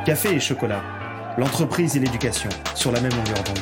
Café et chocolat, l'entreprise et l'éducation sur la même longueur d'onde.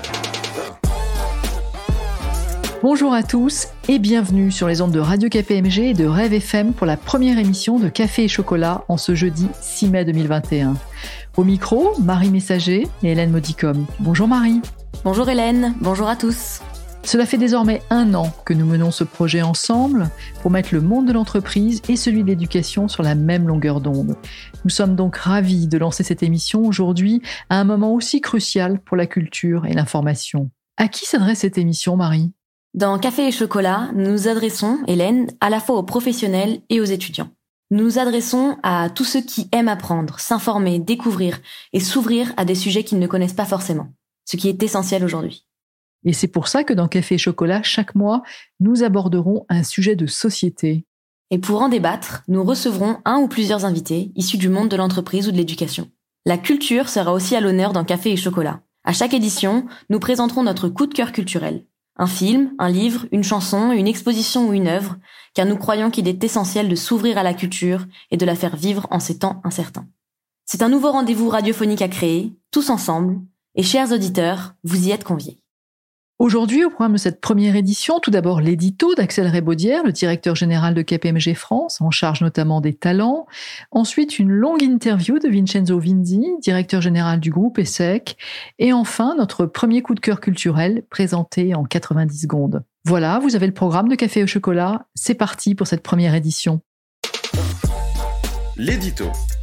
Bonjour à tous et bienvenue sur les ondes de Radio KPMG et de Rêve FM pour la première émission de Café et chocolat en ce jeudi 6 mai 2021. Au micro, Marie Messager et Hélène Modicom. Bonjour Marie. Bonjour Hélène, bonjour à tous. Cela fait désormais 1 an que nous menons ce projet ensemble pour mettre le monde de l'entreprise et celui de l'éducation sur la même longueur d'onde. Nous sommes donc ravis de lancer cette émission aujourd'hui à un moment aussi crucial pour la culture et l'information. À qui s'adresse cette émission, Marie ? Dans Café et chocolat, nous nous adressons, Hélène, à la fois aux professionnels et aux étudiants. Nous nous adressons à tous ceux qui aiment apprendre, s'informer, découvrir et s'ouvrir à des sujets qu'ils ne connaissent pas forcément, ce qui est essentiel aujourd'hui. Et c'est pour ça que dans Café et chocolat, chaque mois, nous aborderons un sujet de société. Et pour en débattre, nous recevrons un ou plusieurs invités issus du monde de l'entreprise ou de l'éducation. La culture sera aussi à l'honneur dans Café et chocolat. À chaque édition, nous présenterons notre coup de cœur culturel. Un film, un livre, une chanson, une exposition ou une œuvre, car nous croyons qu'il est essentiel de s'ouvrir à la culture et de la faire vivre en ces temps incertains. C'est un nouveau rendez-vous radiophonique à créer, tous ensemble, et chers auditeurs, vous y êtes conviés. Aujourd'hui, au programme de cette première édition, tout d'abord l'édito d'Axel Rebaudière, le directeur général de KPMG France, en charge notamment des talents. Ensuite, une longue interview de Vincenzo Vinzi, directeur général du groupe ESSEC. Et enfin, notre premier coup de cœur culturel, présenté en 90 secondes. Voilà, vous avez le programme de Café au chocolat. C'est parti pour cette première édition. L'édito.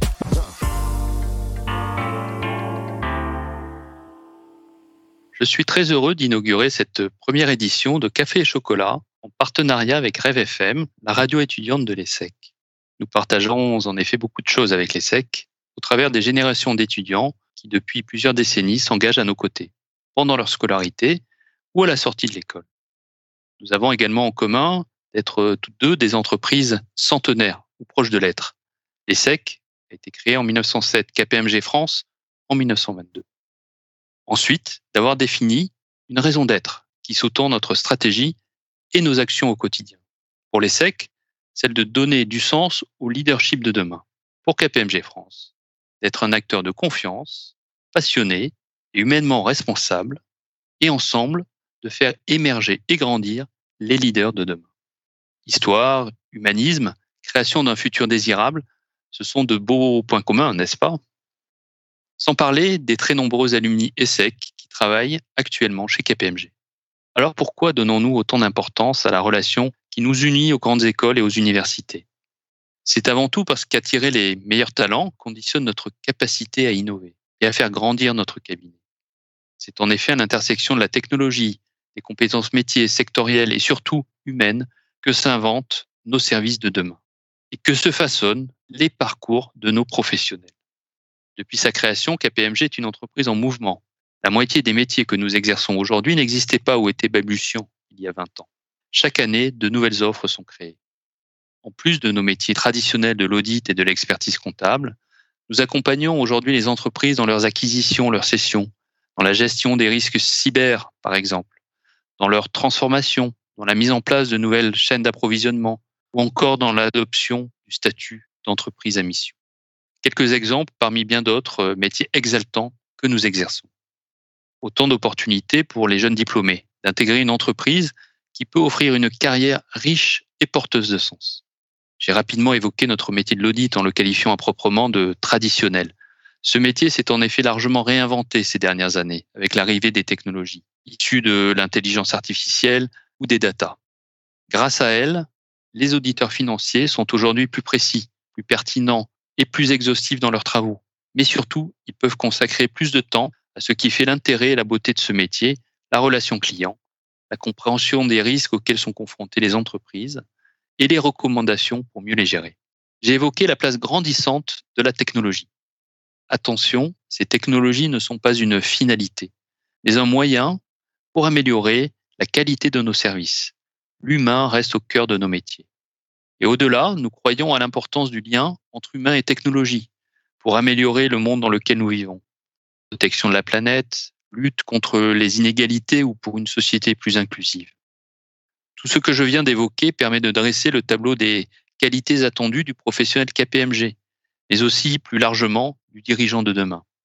Je suis très heureux d'inaugurer cette première édition de Café et chocolat en partenariat avec Rêve FM, la radio étudiante de l'ESSEC. Nous partageons en effet beaucoup de choses avec l'ESSEC au travers des générations d'étudiants qui depuis plusieurs décennies s'engagent à nos côtés, pendant leur scolarité ou à la sortie de l'école. Nous avons également en commun d'être toutes deux des entreprises centenaires ou proches de l'être. L'ESSEC a été créée en 1907, KPMG France en 1922. Ensuite, d'avoir défini une raison d'être qui sous-tend notre stratégie et nos actions au quotidien. Pour l'ESSEC, celle de donner du sens au leadership de demain. Pour KPMG France, d'être un acteur de confiance, passionné et humainement responsable, et ensemble de faire émerger et grandir les leaders de demain. Histoire, humanisme, création d'un futur désirable, ce sont de beaux points communs, n'est-ce pas ? Sans parler des très nombreux alumni ESSEC qui travaillent actuellement chez KPMG. Alors pourquoi donnons-nous autant d'importance à la relation qui nous unit aux grandes écoles et aux universités ? C'est avant tout parce qu'attirer les meilleurs talents conditionne notre capacité à innover et à faire grandir notre cabinet. C'est en effet à l'intersection de la technologie, des compétences métiers, sectorielles et surtout humaines que s'inventent nos services de demain et que se façonnent les parcours de nos professionnels. Depuis sa création, KPMG est une entreprise en mouvement. La moitié des métiers que nous exerçons aujourd'hui n'existaient pas ou étaient balbutiants il y a 20 ans. Chaque année, de nouvelles offres sont créées. En plus de nos métiers traditionnels de l'audit et de l'expertise comptable, nous accompagnons aujourd'hui les entreprises dans leurs acquisitions, leurs cessions, dans la gestion des risques cyber, par exemple, dans leur transformation, dans la mise en place de nouvelles chaînes d'approvisionnement ou encore dans l'adoption du statut d'entreprise à mission. Quelques exemples parmi bien d'autres métiers exaltants que nous exerçons. Autant d'opportunités pour les jeunes diplômés d'intégrer une entreprise qui peut offrir une carrière riche et porteuse de sens. J'ai rapidement évoqué notre métier de l'audit en le qualifiant improprement de traditionnel. Ce métier s'est en effet largement réinventé ces dernières années avec l'arrivée des technologies issues de l'intelligence artificielle ou des data. Grâce à elles, les auditeurs financiers sont aujourd'hui plus précis, plus pertinents et plus exhaustifs dans leurs travaux. Mais surtout, ils peuvent consacrer plus de temps à ce qui fait l'intérêt et la beauté de ce métier, la relation client, la compréhension des risques auxquels sont confrontées les entreprises et les recommandations pour mieux les gérer. J'ai évoqué la place grandissante de la technologie. Attention, ces technologies ne sont pas une finalité, mais un moyen pour améliorer la qualité de nos services. L'humain reste au cœur de nos métiers. Et au-delà, nous croyons à l'importance du lien entre humain et technologie pour améliorer le monde dans lequel nous vivons. Protection de la planète, lutte contre les inégalités ou pour une société plus inclusive. Tout ce que je viens d'évoquer permet de dresser le tableau des qualités attendues du professionnel KPMG, mais aussi plus largement du dirigeant de demain.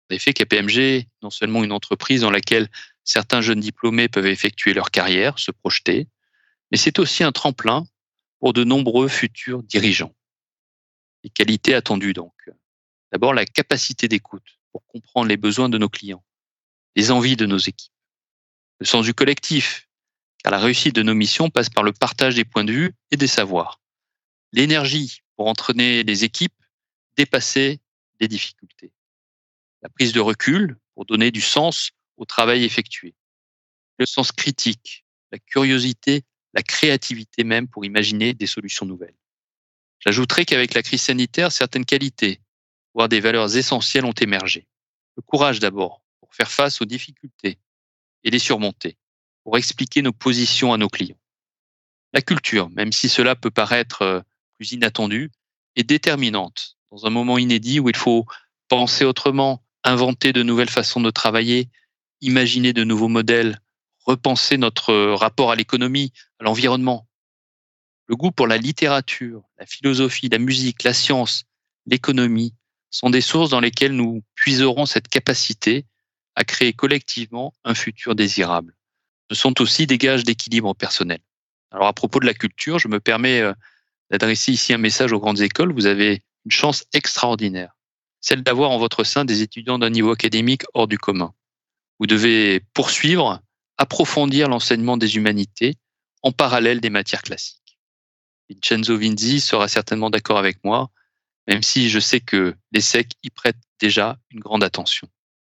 En effet, KPMG est non seulement une entreprise dans laquelle certains jeunes diplômés peuvent effectuer leur carrière, se projeter, mais c'est aussi un tremplin pour de nombreux futurs dirigeants. Les qualités attendues donc. D'abord, la capacité d'écoute pour comprendre les besoins de nos clients, les envies de nos équipes, le sens du collectif, car la réussite de nos missions passe par le partage des points de vue et des savoirs, l'énergie pour entraîner les équipes, dépasser les difficultés, la prise de recul pour donner du sens au travail effectué, le sens critique, la curiosité, la créativité même pour imaginer des solutions nouvelles. J'ajouterai qu'avec la crise sanitaire, certaines qualités, voire des valeurs essentielles ont émergé. Le courage d'abord, pour faire face aux difficultés et les surmonter, pour expliquer nos positions à nos clients. La culture, même si cela peut paraître plus inattendu, est déterminante dans un moment inédit où il faut penser autrement, inventer de nouvelles façons de travailler, imaginer de nouveaux modèles, repenser notre rapport à l'économie, à l'environnement. Le goût pour la littérature, la philosophie, la musique, la science, l'économie sont des sources dans lesquelles nous puiserons cette capacité à créer collectivement un futur désirable. Ce sont aussi des gages d'équilibre personnel. Alors à propos de la culture, je me permets d'adresser ici un message aux grandes écoles. Vous avez une chance extraordinaire, celle d'avoir en votre sein des étudiants d'un niveau académique hors du commun. Vous devez poursuivre, approfondir l'enseignement des humanités en parallèle des matières classiques. Vincenzo Vinzi sera certainement d'accord avec moi, même si je sais que l'ESSEC y prête déjà une grande attention.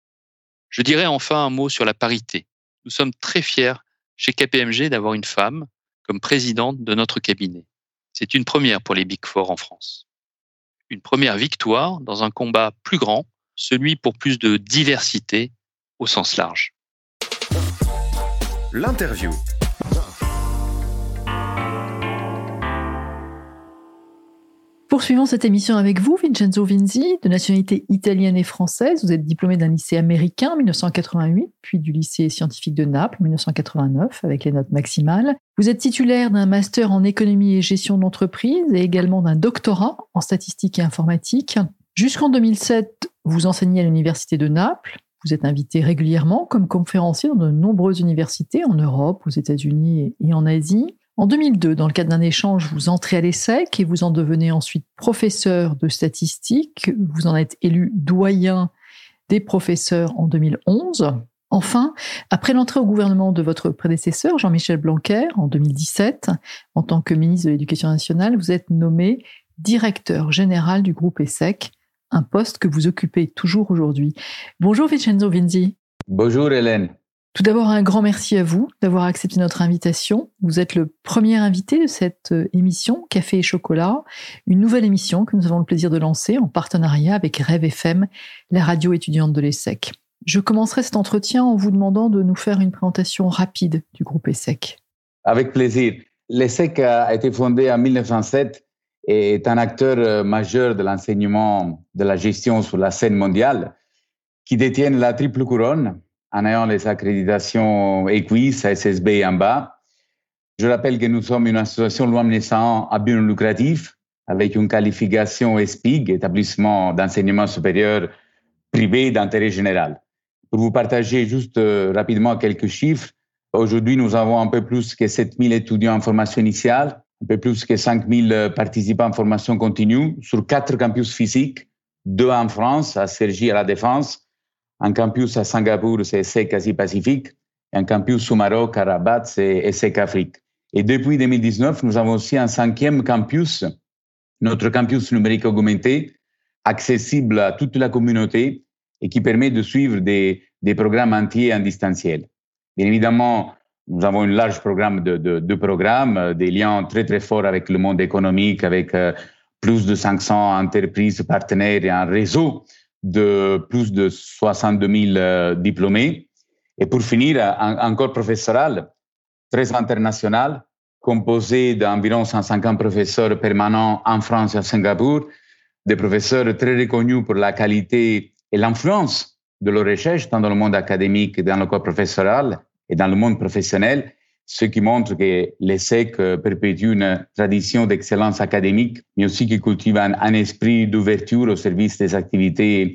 Je dirais enfin un mot sur la parité. Nous sommes très fiers chez KPMG d'avoir une femme comme présidente de notre cabinet. C'est une première pour les Big Four en France. Une première victoire dans un combat plus grand, celui pour plus de diversité au sens large. L'interview. Poursuivons cette émission avec vous, Vincenzo Vinzi, de nationalité italienne et française. Vous êtes diplômé d'un lycée américain en 1988, puis du lycée scientifique de Naples en 1989, avec les notes maximales. Vous êtes titulaire d'un master en économie et gestion d'entreprise et également d'un doctorat en statistique et informatique. Jusqu'en 2007, vous enseignez à l'université de Naples. Vous êtes invité régulièrement comme conférencier dans de nombreuses universités en Europe, aux États-Unis et en Asie. En 2002, dans le cadre d'un échange, vous entrez à l'ESSEC et vous en devenez ensuite professeur de statistique. Vous en êtes élu doyen des professeurs en 2011. Enfin, après l'entrée au gouvernement de votre prédécesseur, Jean-Michel Blanquer, en 2017, en tant que ministre de l'Éducation nationale, vous êtes nommé directeur général du groupe ESSEC, un poste que vous occupez toujours aujourd'hui. Bonjour Vincenzo Vinzi. Bonjour Hélène. Tout d'abord, un grand merci à vous d'avoir accepté notre invitation. Vous êtes le premier invité de cette émission Café et Chocolat, une nouvelle émission que nous avons le plaisir de lancer en partenariat avec Rêve FM, la radio étudiante de l'ESSEC. Je commencerai cet entretien en vous demandant de nous faire une présentation rapide du groupe ESSEC. Avec plaisir. L'ESSEC a été fondé en 1907 et est un acteur majeur de l'enseignement de la gestion sur la scène mondiale qui détient la triple couronne en ayant les accréditations EQUIS, SSB et AMBA. Je rappelle que nous sommes une association loi naissant à but non lucratif avec une qualification ESPIG, établissement d'enseignement supérieur privé d'intérêt général. Pour vous partager juste rapidement quelques chiffres, aujourd'hui nous avons un peu plus que 7000 étudiants en formation initiale, un peu plus que 5000 participants en formation continue sur 4 campus physiques, 2 en France, à Cergy à la Défense, un campus à Singapour, c'est ESSEC Asie-Pacifique, et un campus au Maroc, à Rabat, c'est ESSEC Afrique. Et depuis 2019, nous avons aussi un 5e campus, notre campus numérique augmenté, accessible à toute la communauté et qui permet de suivre des programmes entiers en distanciel. Bien évidemment, nous avons un large programme de programmes, des liens très très forts avec le monde économique, avec plus de 500 entreprises partenaires et un réseau de plus de 62 000 diplômés. Et pour finir, un corps professoral très international, composé d'environ 150 professeurs permanents en France et à Singapour, des professeurs très reconnus pour la qualité et l'influence de leur recherche, tant dans le monde académique, dans le corps professoral et dans le monde professionnel, ce qui montre que l'ESSEC perpétue une tradition d'excellence académique, mais aussi qui cultive un esprit d'ouverture au service des activités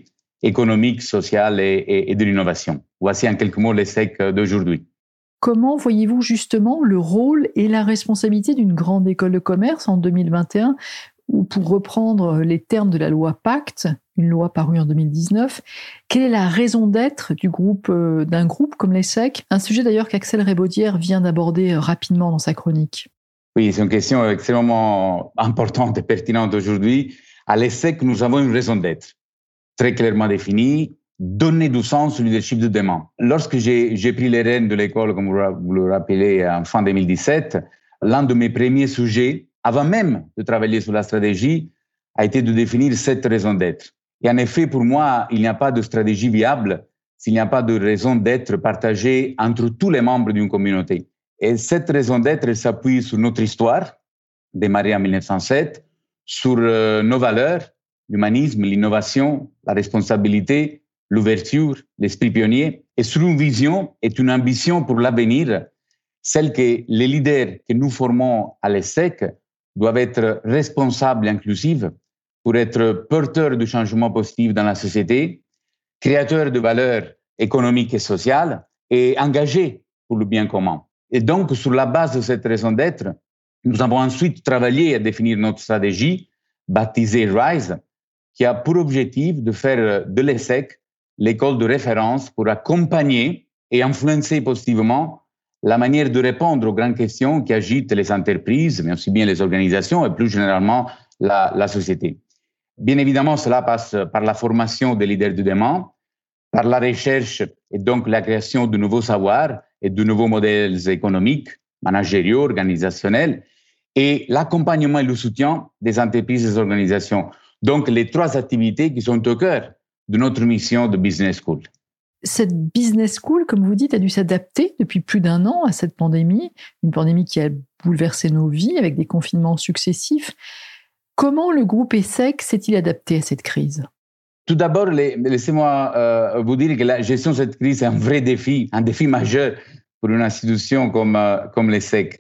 économique, social et de l'innovation. Voici en quelques mots l'ESSEC d'aujourd'hui. Comment voyez-vous justement le rôle et la responsabilité d'une grande école de commerce en 2021, ou pour reprendre les termes de la loi Pacte, une loi parue en 2019, quelle est la raison d'être d'un groupe comme l'ESSEC? Un sujet d'ailleurs qu'Axel Rebaudière vient d'aborder rapidement dans sa chronique. Oui, c'est une question extrêmement importante et pertinente aujourd'hui. À l'ESSEC, nous avons une raison d'être très clairement définie, donner du sens au leadership de demain. Lorsque j'ai pris les rênes de l'école, comme vous le rappelez, en fin 2017, l'un de mes premiers sujets, avant même de travailler sur la stratégie, a été de définir cette raison d'être. Et en effet, pour moi, il n'y a pas de stratégie viable s'il n'y a pas de raison d'être partagée entre tous les membres d'une communauté. Et cette raison d'être, elle s'appuie sur notre histoire, démarrée en 1907, sur nos valeurs, l'humanisme, l'innovation, la responsabilité, l'ouverture, l'esprit pionnier, et sur une vision et une ambition pour l'avenir, celle que les leaders que nous formons à l'ESSEC doivent être responsables et inclusifs pour être porteurs du changement positif dans la société, créateurs de valeurs économiques et sociales et engagés pour le bien commun. Et donc, sur la base de cette raison d'être, nous avons ensuite travaillé à définir notre stratégie, baptisée RISE, qui a pour objectif de faire de l'ESSEC l'école de référence pour accompagner et influencer positivement la manière de répondre aux grandes questions qui agitent les entreprises, mais aussi bien les organisations et plus généralement la société. Bien évidemment, cela passe par la formation des leaders de demain, par la recherche et donc la création de nouveaux savoirs et de nouveaux modèles économiques, managériaux, organisationnels, et l'accompagnement et le soutien des entreprises et des organisations. Donc, les trois activités qui sont au cœur de notre mission de Business School. Cette Business School, comme vous dites, a dû s'adapter depuis plus d'1 an à cette pandémie, une pandémie qui a bouleversé nos vies avec des confinements successifs. Comment le groupe ESSEC s'est-il adapté à cette crise? Tout d'abord, laissez-moi vous dire que la gestion de cette crise est un vrai défi, un défi majeur pour une institution comme l'ESSEC.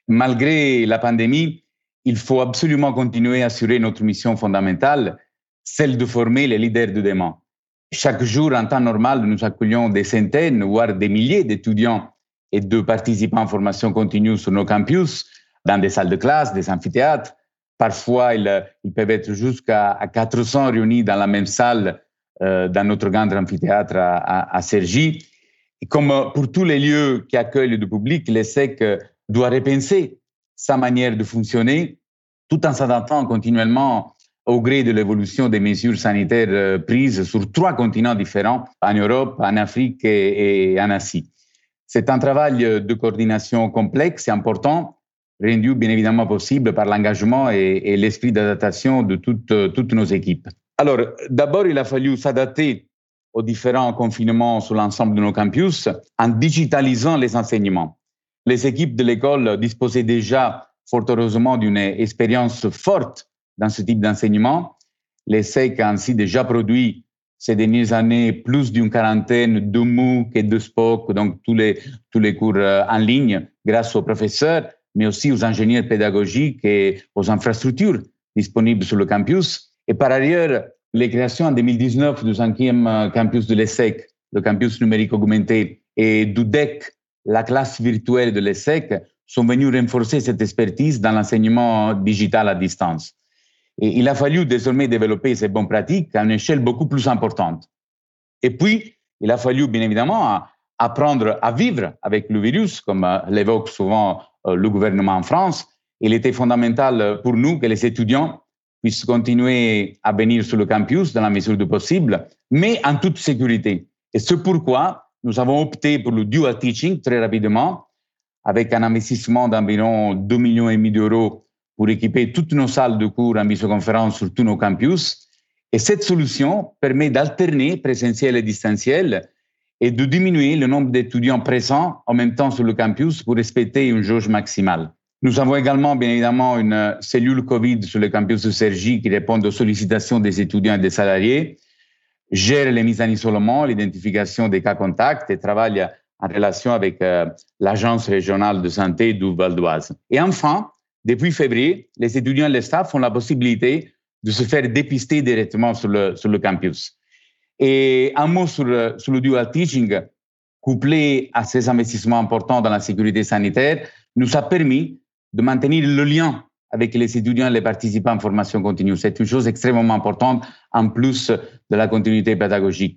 Malgré la pandémie, il faut absolument continuer à assurer notre mission fondamentale, celle de former les leaders de demain. Chaque jour, en temps normal, nous accueillons des centaines, voire des milliers d'étudiants et de participants en formation continue sur nos campus, dans des salles de classe, des amphithéâtres. Parfois, ils peuvent être jusqu'à 400 réunis dans la même salle, dans notre grand amphithéâtre à Cergy. Et comme pour tous les lieux qui accueillent le public, l'ESSEC doit repenser sa manière de fonctionner, tout en s'adaptant continuellement au gré de l'évolution des mesures sanitaires prises sur 3 continents différents, en Europe, en Afrique et en Asie. C'est un travail de coordination complexe et important, rendu bien évidemment possible par l'engagement et l'esprit d'adaptation de toutes nos équipes. Alors, d'abord, il a fallu s'adapter aux différents confinements sur l'ensemble de nos campus en digitalisant les enseignements. Les équipes de l'école disposaient déjà, fort heureusement, d'une expérience forte dans ce type d'enseignement. L'ESSEC a ainsi déjà produit ces dernières années plus d'une quarantaine de MOOC et de SPOC, donc tous les cours en ligne, grâce aux professeurs, mais aussi aux ingénieurs pédagogiques et aux infrastructures disponibles sur le campus. Et par ailleurs, les créations en 2019 du 5e campus de l'ESSEC, le campus numérique augmenté, et du DEC, la classe virtuelle de l'ESSEC, sont venus renforcer cette expertise dans l'enseignement digital à distance. Et il a fallu désormais développer ces bonnes pratiques à une échelle beaucoup plus importante. Et puis, il a fallu bien évidemment apprendre à vivre avec le virus, comme l'évoque souvent le gouvernement en France. Il était fondamental pour nous que les étudiants puissent continuer à venir sur le campus dans la mesure du possible, mais en toute sécurité. Et c'est pourquoi nous avons opté pour le dual teaching très rapidement, avec un investissement d'environ 2,5 millions d'euros pour équiper toutes nos salles de cours en visioconférence sur tous nos campus. Et cette solution permet d'alterner présentiel et distanciel et de diminuer le nombre d'étudiants présents en même temps sur le campus pour respecter une jauge maximale. Nous avons également, bien évidemment, une cellule COVID sur le campus de Cergy qui répond aux sollicitations des étudiants et des salariés, gère les mises en isolement, l'identification des cas contacts et travaille en relation avec l'Agence régionale de santé du Val d'Oise. Et enfin, depuis février, les étudiants et les staffs ont la possibilité de se faire dépister directement sur le campus. Et un mot sur le dual teaching, couplé à ces investissements importants dans la sécurité sanitaire, nous a permis de maintenir le lien avec les étudiants et les participants en formation continue. C'est une chose extrêmement importante en plus de la continuité pédagogique.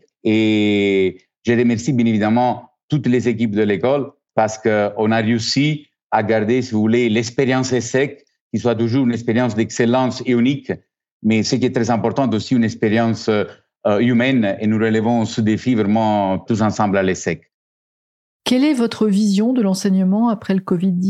Et je remercie bien évidemment toutes les équipes de l'école parce qu'on a réussi à garder, si vous voulez, l'expérience ESSEC, qui soit toujours une expérience d'excellence et unique, mais ce qui est très important, aussi une expérience humaine, et nous relevons ce défi vraiment tous ensemble à l'ESSEC. Quelle est votre vision de l'enseignement après le Covid-19 ?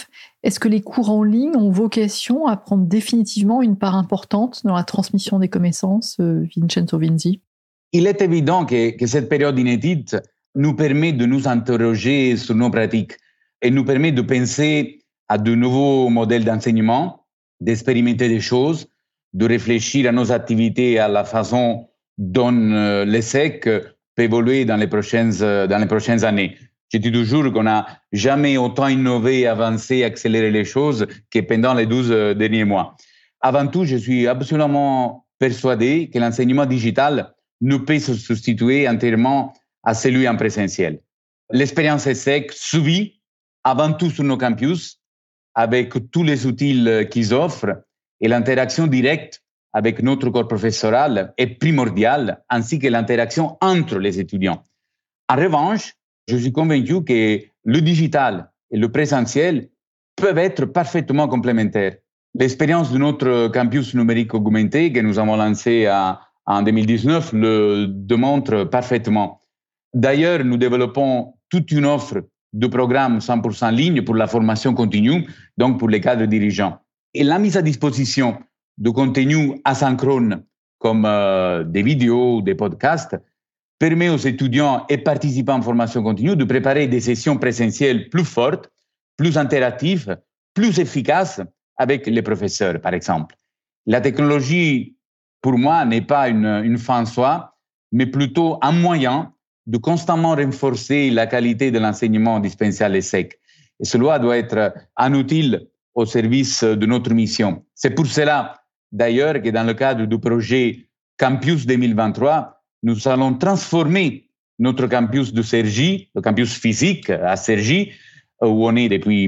Est-ce que les cours en ligne ont vocation à prendre définitivement une part importante dans la transmission des connaissances, Vincenzo Vinzi ? Il est évident que cette période inédite nous permet de nous interroger sur nos pratiques et nous permet de penser à de nouveaux modèles d'enseignement, d'expérimenter des choses, de réfléchir à nos activités et à la façon dont l'ESSEC peut évoluer dans les prochaines années. Je dis toujours qu'on n'a jamais autant innové, avancé, accéléré les choses que pendant les 12 derniers mois. Avant tout, je suis absolument persuadé que l'enseignement digital ne peut se substituer entièrement à celui en présentiel. L'expérience ESSEC subit avant tout sur nos campus, avec tous les outils qu'ils offrent, et l'interaction directe avec notre corps professoral est primordiale, ainsi que l'interaction entre les étudiants. En revanche, je suis convaincu que le digital et le présentiel peuvent être parfaitement complémentaires. L'expérience de notre campus numérique augmenté que nous avons lancé en 2019 le démontre parfaitement. D'ailleurs, nous développons toute une offre de programmes 100% en ligne pour la formation continue, donc pour les cadres dirigeants. Et la mise à disposition de contenus asynchrones comme des vidéos, des podcasts, permet aux étudiants et participants en formation continue de préparer des sessions présentielles plus fortes, plus interactives, plus efficaces avec les professeurs, par exemple. La technologie, pour moi, n'est pas une fin en soi, mais plutôt un moyen de constamment renforcer la qualité de l'enseignement dispensé à l'ESSEC. Et cela doit être un outil au service de notre mission. C'est pour cela, d'ailleurs, que dans le cadre du projet Campus 2023, nous allons transformer notre campus de Cergy, le campus physique à Cergy, où on est depuis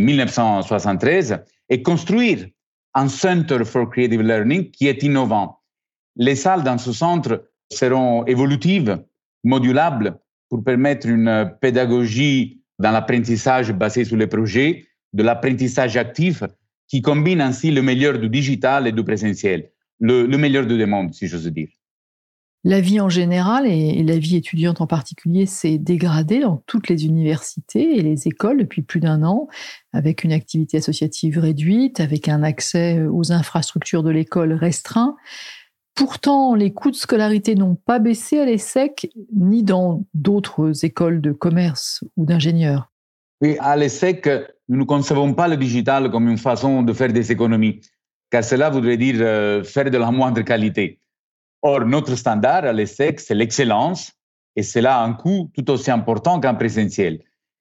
1973, et construire un Center for Creative Learning qui est innovant. Les salles dans ce centre seront évolutives, modulables, pour permettre une pédagogie dans l'apprentissage basé sur les projets, de l'apprentissage actif, qui combine ainsi le meilleur du digital et du présentiel, le meilleur de deux mondes, si j'ose dire. La vie en général et la vie étudiante en particulier s'est dégradée dans toutes les universités et les écoles depuis plus d'un an, avec une activité associative réduite, avec un accès aux infrastructures de l'école restreint. Pourtant, les coûts de scolarité n'ont pas baissé à l'ESSEC, ni dans d'autres écoles de commerce ou d'ingénieurs. Oui, à l'ESSEC, nous ne concevons pas le digital comme une façon de faire des économies, car cela voudrait dire faire de la moindre qualité. Or, notre standard à l'ESSEC, c'est l'excellence, et cela a un coût tout aussi important qu'en présentiel.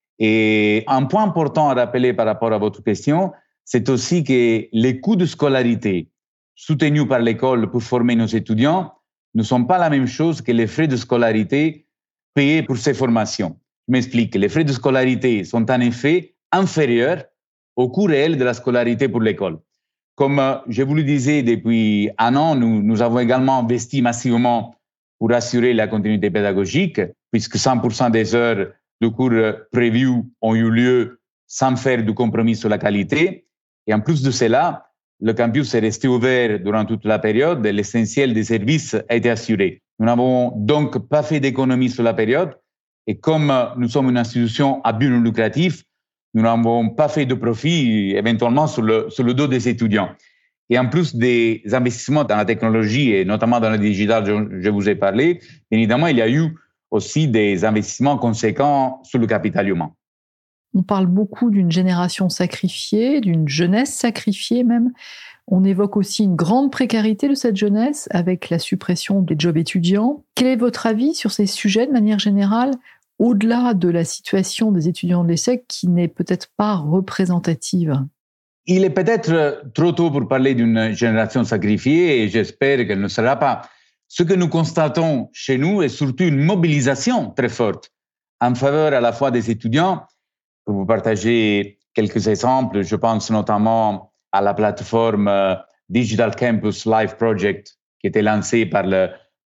Et un point important à rappeler par rapport à votre question, c'est aussi que les coûts de scolarité soutenus par l'école pour former nos étudiants ne sont pas la même chose que les frais de scolarité payés pour ces formations. Je m'explique. Les frais de scolarité sont en effet inférieurs au coût réel de la scolarité pour l'école. Comme je vous le disais, depuis un an, nous avons également investi massivement pour assurer la continuité pédagogique, puisque 100% des heures de cours prévues ont eu lieu sans faire de compromis sur la qualité. Et en plus de cela, le campus est resté ouvert durant toute la période et l'essentiel des services a été assuré. Nous n'avons donc pas fait d'économie sur la période et comme nous sommes une institution à but non lucratif, nous n'avons pas fait de profit éventuellement sur le dos des étudiants. Et en plus des investissements dans la technologie et notamment dans le digital dont je vous ai parlé, bien évidemment, il y a eu aussi des investissements conséquents sur le capital humain. On parle beaucoup d'une génération sacrifiée, d'une jeunesse sacrifiée même. On évoque aussi une grande précarité de cette jeunesse avec la suppression des jobs étudiants. Quel est votre avis sur ces sujets de manière générale, au-delà de la situation des étudiants de l'ESSEC qui n'est peut-être pas représentative? Il est peut-être trop tôt pour parler d'une génération sacrifiée et j'espère qu'elle ne sera pas. Ce que nous constatons chez nous est surtout une mobilisation très forte en faveur à la fois des étudiants. Pour vous partager quelques exemples, je pense notamment à la plateforme Digital Campus Live Project qui était lancée par le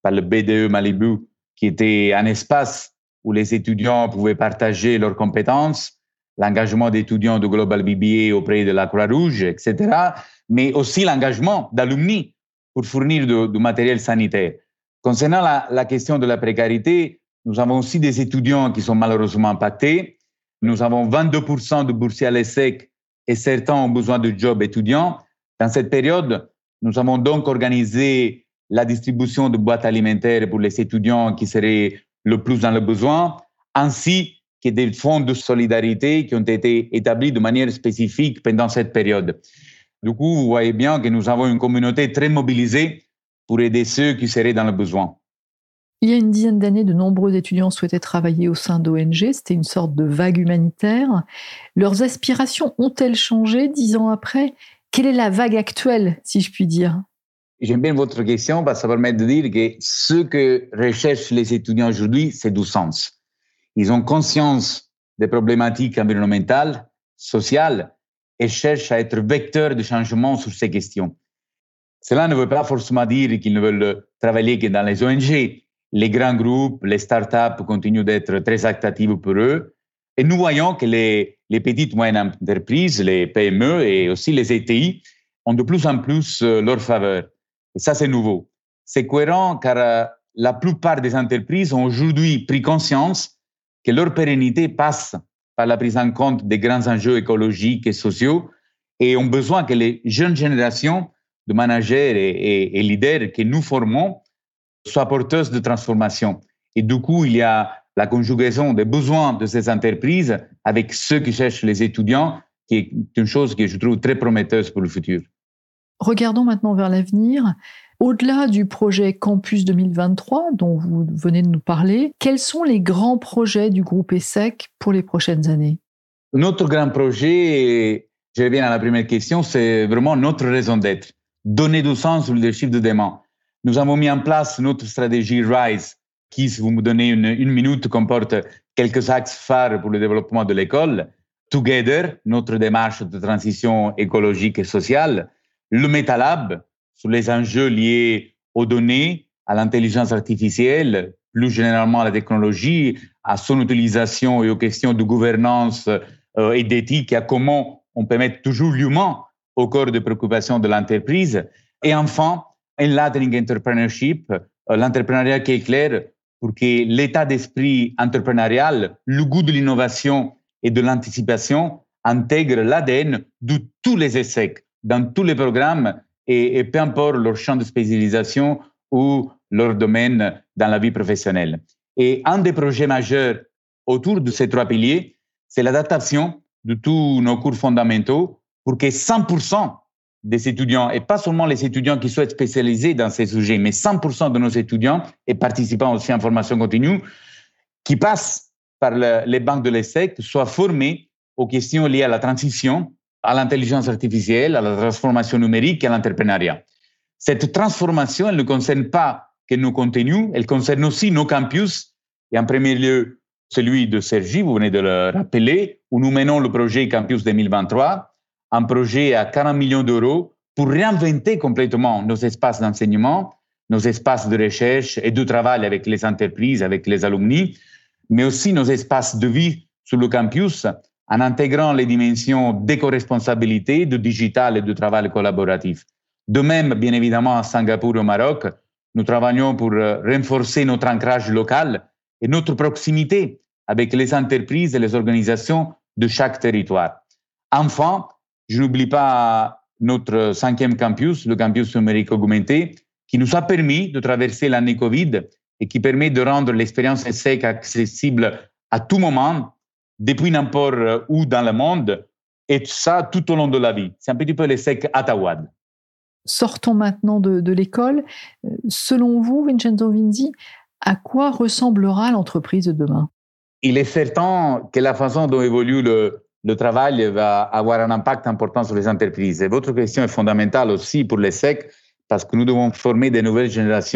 BDE Malibu, qui était un espace où les étudiants pouvaient partager leurs compétences, l'engagement d'étudiants de Global BBA auprès de la Croix-Rouge, etc., mais aussi l'engagement d'alumni pour fournir du matériel sanitaire. Concernant la question de la précarité, nous avons aussi des étudiants qui sont malheureusement impactés. Nous avons 22% de boursiers à l'ESSEC et certains ont besoin de jobs étudiants. Dans cette période, nous avons donc organisé la distribution de boîtes alimentaires pour les étudiants qui seraient le plus dans le besoin, ainsi que des fonds de solidarité qui ont été établis de manière spécifique pendant cette période. Du coup, vous voyez bien que nous avons une communauté très mobilisée pour aider ceux qui seraient dans le besoin. Il y a une dizaine d'années, de nombreux étudiants souhaitaient travailler au sein d'ONG. C'était une sorte de vague humanitaire. Leurs aspirations ont-elles changé 10 ans après ? Quelle est la vague actuelle, si je puis dire ? J'aime bien votre question parce que ça permet de dire que ce que recherchent les étudiants aujourd'hui, c'est du sens. Ils ont conscience des problématiques environnementales, sociales et cherchent à être vecteurs de changement sur ces questions. Cela ne veut pas forcément dire qu'ils ne veulent travailler que dans les ONG. Les grands groupes, les startups continuent d'être très attractifs pour eux. Et nous voyons que les petites et moyennes entreprises, les PME et aussi les ETI ont de plus en plus leur faveur. Et ça, c'est nouveau. C'est cohérent car la plupart des entreprises ont aujourd'hui pris conscience que leur pérennité passe par la prise en compte des grands enjeux écologiques et sociaux et ont besoin que les jeunes générations de managers et leaders que nous formons soient porteuses de transformation. Et du coup, il y a la conjugaison des besoins de ces entreprises avec ceux qui cherchent les étudiants, qui est une chose que je trouve très prometteuse pour le futur. Regardons maintenant vers l'avenir. Au-delà du projet Campus 2023 dont vous venez de nous parler, quels sont les grands projets du groupe ESSEC pour les prochaines années ? Notre grand projet, je reviens à la première question, c'est vraiment notre raison d'être. Donner du sens au leadership de demain. Nous avons mis en place notre stratégie RISE, qui, si vous me donnez une minute, comporte quelques axes phares pour le développement de l'école. Together, notre démarche de transition écologique et sociale. Le MetaLab, sur les enjeux liés aux données, à l'intelligence artificielle, plus généralement à la technologie, à son utilisation et aux questions de gouvernance et d'éthique, et à comment on peut mettre toujours l'humain au cœur des préoccupations de l'entreprise. Et enfin, Enlightening Entrepreneurship, l'entrepreneuriat qui est clair pour que l'état d'esprit entrepreneurial, le goût de l'innovation et de l'anticipation intègre l'ADN de tous les ESSEC, dans tous les programmes et peu importe leur champ de spécialisation ou leur domaine dans la vie professionnelle. Et un des projets majeurs autour de ces 3 piliers, c'est l'adaptation de tous nos cours fondamentaux pour que 100% des étudiants, et pas seulement les étudiants qui souhaitent spécialiser dans ces sujets, mais 100% de nos étudiants et participants aussi en formation continue, qui passent par les bancs de l'ESSEC, soient formés aux questions liées à la transition, à l'intelligence artificielle, à la transformation numérique et à l'entrepreneuriat. Cette transformation, elle ne concerne pas que nos contenus, elle concerne aussi nos campus, et en premier lieu, celui de Cergy, vous venez de le rappeler, où nous menons le projet Campus 2023, un projet à 40 millions d'euros pour réinventer complètement nos espaces d'enseignement, nos espaces de recherche et de travail avec les entreprises, avec les alumni, mais aussi nos espaces de vie sur le campus, en intégrant les dimensions d'éco-responsabilité, de digital et de travail collaboratif. De même, bien évidemment, à Singapour et au Maroc, nous travaillons pour renforcer notre ancrage local et notre proximité avec les entreprises et les organisations de chaque territoire. Enfin, je n'oublie pas notre 5e campus, le campus numérique augmenté, qui nous a permis de traverser l'année Covid et qui permet de rendre l'expérience ESSEC accessible à tout moment, depuis n'importe où dans le monde, et ça tout au long de la vie. C'est un petit peu l'ESSEC à Tawad. Sortons maintenant de l'école. Selon vous, Vincenzo Vinzi, à quoi ressemblera l'entreprise de demain ? Il est certain que la façon dont évolue le travail va avoir un impact important sur les entreprises. Et votre question est fondamentale aussi pour l'ESSEC parce que nous devons former des nouvelles générations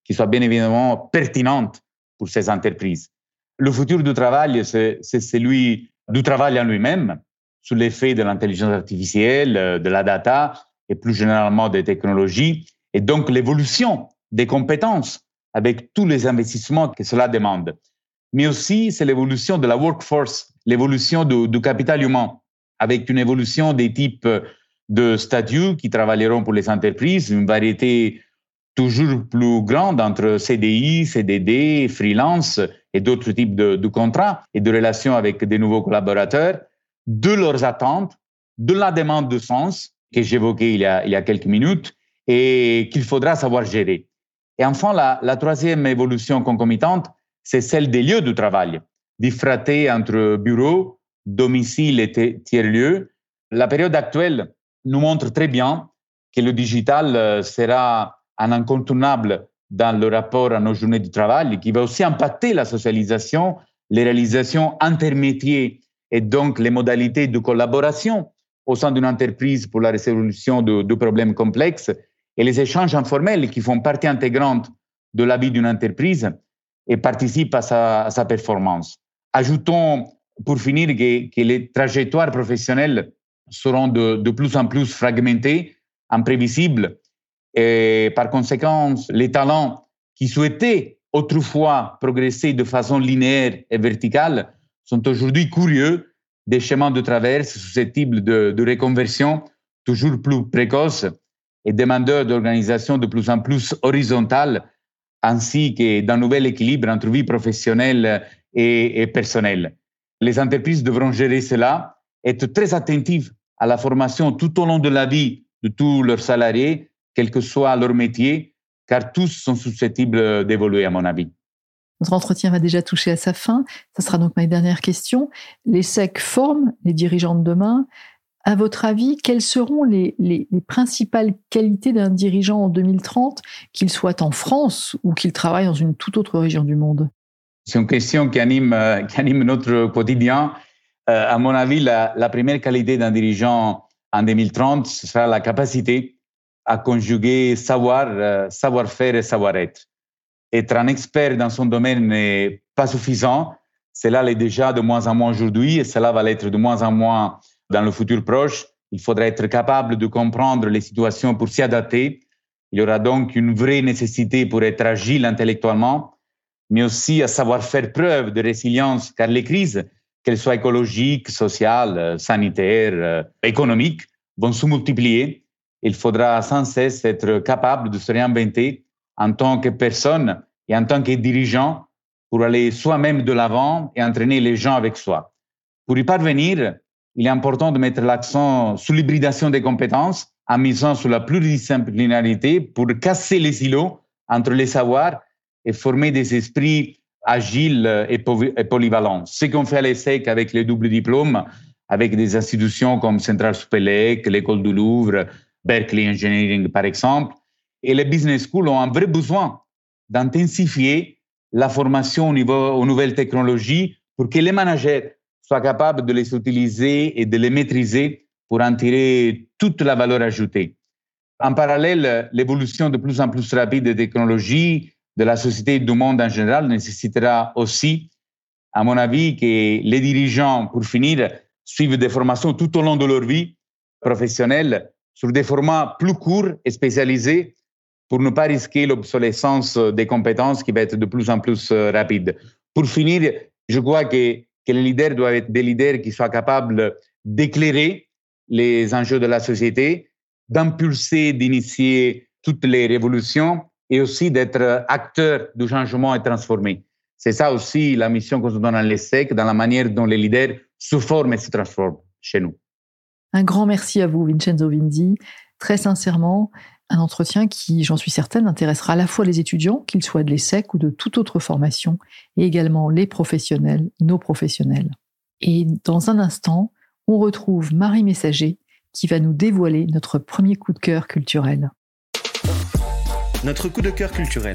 qui soit bien évidemment pertinente pour ces entreprises. Le futur du travail, c'est celui du travail en lui-même, sous l'effet de l'intelligence artificielle, de la data et plus généralement des technologies, et donc l'évolution des compétences avec tous les investissements que cela demande. Mais aussi, c'est l'évolution de la workforce, l'évolution du capital humain, avec une évolution des types de statuts qui travailleront pour les entreprises, une variété toujours plus grande entre CDI, CDD, freelance et d'autres types de contrats et de relations avec des nouveaux collaborateurs, de leurs attentes, de la demande de sens que j'évoquais il y a quelques minutes et qu'il faudra savoir gérer. Et enfin, la troisième évolution concomitante, c'est celle des lieux de travail, diffratée entre bureaux, domicile et tiers-lieux. La période actuelle nous montre très bien que le digital sera un incontournable dans le rapport à nos journées de travail, qui va aussi impacter la socialisation, les réalisations intermédiaires et donc les modalités de collaboration au sein d'une entreprise pour la résolution de problèmes complexes et les échanges informels qui font partie intégrante de la vie d'une entreprise et participent à sa performance. Ajoutons, pour finir, que les trajectoires professionnelles seront de plus en plus fragmentées, imprévisibles, et par conséquent, les talents qui souhaitaient autrefois progresser de façon linéaire et verticale sont aujourd'hui curieux des chemins de traverse susceptibles de reconversion toujours plus précoces et demandeurs d'organisation de plus en plus horizontale, ainsi que d'un nouvel équilibre entre vie professionnelle et personnelle. Les entreprises devront gérer cela, être très attentives à la formation tout au long de la vie de tous leurs salariés, quel que soit leur métier, car tous sont susceptibles d'évoluer, à mon avis. Notre entretien va déjà toucher à sa fin. Ce sera donc ma dernière question. L'ESSEC forme les dirigeants de demain. À votre avis, quelles seront les principales qualités d'un dirigeant en 2030, qu'il soit en France ou qu'il travaille dans une toute autre région du monde? C'est une question qui anime notre quotidien. À mon avis, la première qualité d'un dirigeant en 2030, ce sera la capacité à conjuguer savoir-faire et savoir-être. Être un expert dans son domaine n'est pas suffisant. Cela l'est déjà de moins en moins aujourd'hui et cela va l'être de moins en moins dans le futur proche. Il faudra être capable de comprendre les situations pour s'y adapter. Il y aura donc une vraie nécessité pour être agile intellectuellement, mais aussi à savoir faire preuve de résilience, car les crises, qu'elles soient écologiques, sociales, sanitaires, économiques, vont se multiplier. Il faudra sans cesse être capable de se réinventer en tant que personne et en tant que dirigeant pour aller soi-même de l'avant et entraîner les gens avec soi. Pour y parvenir, il est important de mettre l'accent sur l'hybridation des compétences en misant sur la pluridisciplinarité pour casser les îlots entre les savoirs et former des esprits agiles et polyvalents. Ce qu'on fait à l'ESSEC avec les doubles diplômes, avec des institutions comme Centrale Supélec, l'École du Louvre, Berkeley Engineering par exemple, et les business schools ont un vrai besoin d'intensifier la formation aux nouvelles technologies pour que les managers soient capables de les utiliser et de les maîtriser pour en tirer toute la valeur ajoutée. En parallèle, l'évolution de plus en plus rapide des technologies, de la société et du monde en général nécessitera aussi, à mon avis, que les dirigeants, pour finir, suivent des formations tout au long de leur vie professionnelle sur des formats plus courts et spécialisés pour ne pas risquer l'obsolescence des compétences qui va être de plus en plus rapide. Pour finir, je crois que les leaders doivent être des leaders qui soient capables d'éclairer les enjeux de la société, d'impulser, d'initier toutes les révolutions et aussi d'être acteurs du changement et transformés. C'est ça aussi la mission qu'on se donne à l'ESSEC, dans la manière dont les leaders se forment et se transforment chez nous. Un grand merci à vous, Vincenzo Vinzi. Très sincèrement, un entretien qui, j'en suis certaine, intéressera à la fois les étudiants, qu'ils soient de l'ESSEC ou de toute autre formation, et également les professionnels, nos professionnels. Et dans un instant, on retrouve Marie Messager qui va nous dévoiler notre premier coup de cœur culturel. Notre coup de cœur culturel.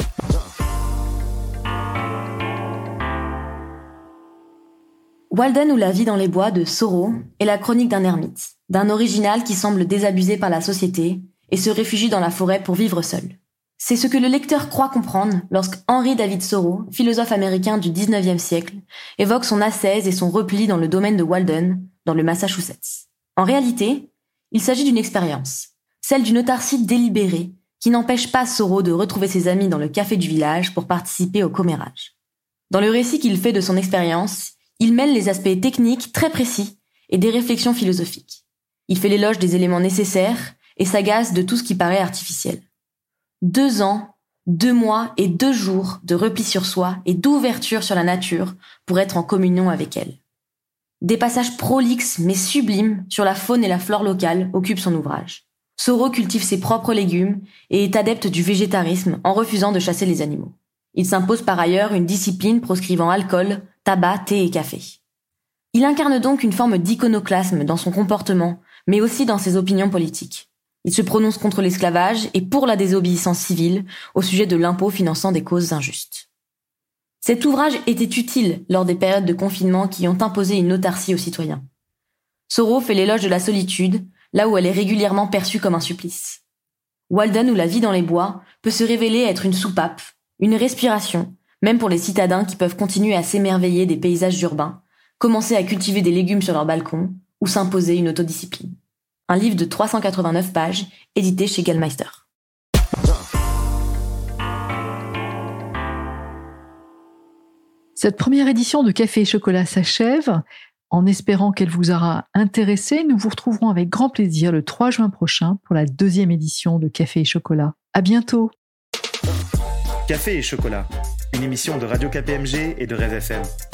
Walden ou la vie dans les bois de Soro est la chronique d'un ermite, d'un original qui semble désabusé par la société et se réfugie dans la forêt pour vivre seul. C'est ce que le lecteur croit comprendre lorsque Henry David Thoreau, philosophe américain du 19e siècle, évoque son ascèse et son repli dans le domaine de Walden, dans le Massachusetts. En réalité, il s'agit d'une expérience, celle d'une autarcie délibérée, qui n'empêche pas Thoreau de retrouver ses amis dans le café du village pour participer au commérage. Dans le récit qu'il fait de son expérience, il mêle les aspects techniques très précis et des réflexions philosophiques. Il fait l'éloge des éléments nécessaires et s'agace de tout ce qui paraît artificiel. 2 ans, 2 mois et 2 jours de repli sur soi et d'ouverture sur la nature pour être en communion avec elle. Des passages prolixes mais sublimes sur la faune et la flore locale occupent son ouvrage. Thoreau cultive ses propres légumes et est adepte du végétarisme en refusant de chasser les animaux. Il s'impose par ailleurs une discipline proscrivant alcool, tabac, thé et café. Il incarne donc une forme d'iconoclasme dans son comportement, mais aussi dans ses opinions politiques. Il se prononce contre l'esclavage et pour la désobéissance civile au sujet de l'impôt finançant des causes injustes. Cet ouvrage était utile lors des périodes de confinement qui ont imposé une autarcie aux citoyens. Thoreau fait l'éloge de la solitude, là où elle est régulièrement perçue comme un supplice. Walden ou la vie dans les bois peut se révéler être une soupape, une respiration, même pour les citadins qui peuvent continuer à s'émerveiller des paysages urbains, commencer à cultiver des légumes sur leur balcon ou s'imposer une autodiscipline. Un livre de 389 pages, édité chez Gallmeister. Cette première édition de Café et Chocolat s'achève. En espérant qu'elle vous aura intéressé, nous vous retrouverons avec grand plaisir le 3 juin prochain pour la 2e édition de Café et Chocolat. À bientôt. Café et Chocolat, une émission de Radio KPMG et de Rêve FM.